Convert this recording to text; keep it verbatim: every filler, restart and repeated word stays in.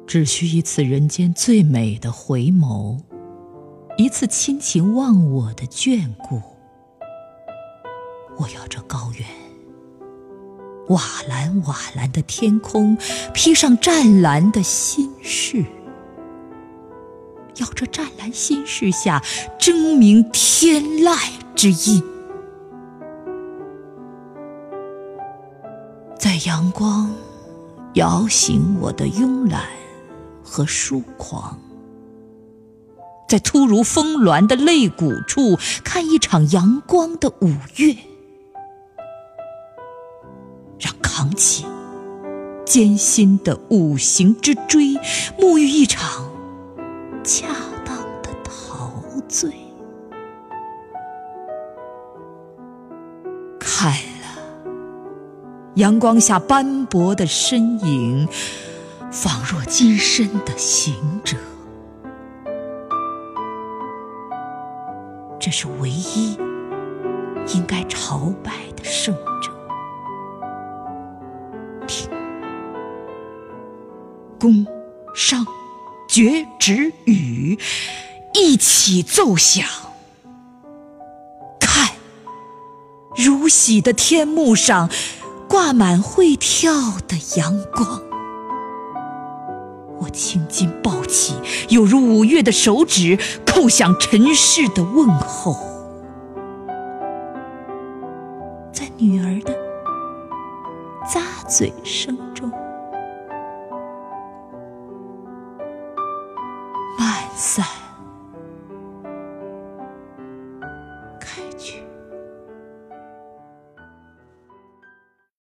只需一次人间最美的回眸，一次亲情忘我的眷顾。我要这高原，瓦蓝瓦蓝的天空，披上湛蓝的心事。要这湛蓝心事下争鸣天籁之音。在阳光摇醒我的慵懒和疏狂，在突如峰峦的肋骨处看一场阳光的五月，让扛起艰辛的五行之锥，沐浴一场恰当的陶醉。看了阳光下斑驳的身影，仿若今生的行者。这是唯一应该朝拜的圣者。听，宫商角徵羽一起奏响。看，如洗的天幕上挂满会跳的阳光。我青筋暴起，有如五月的手指叩响尘世的问候。在女儿的咂嘴声中，漫散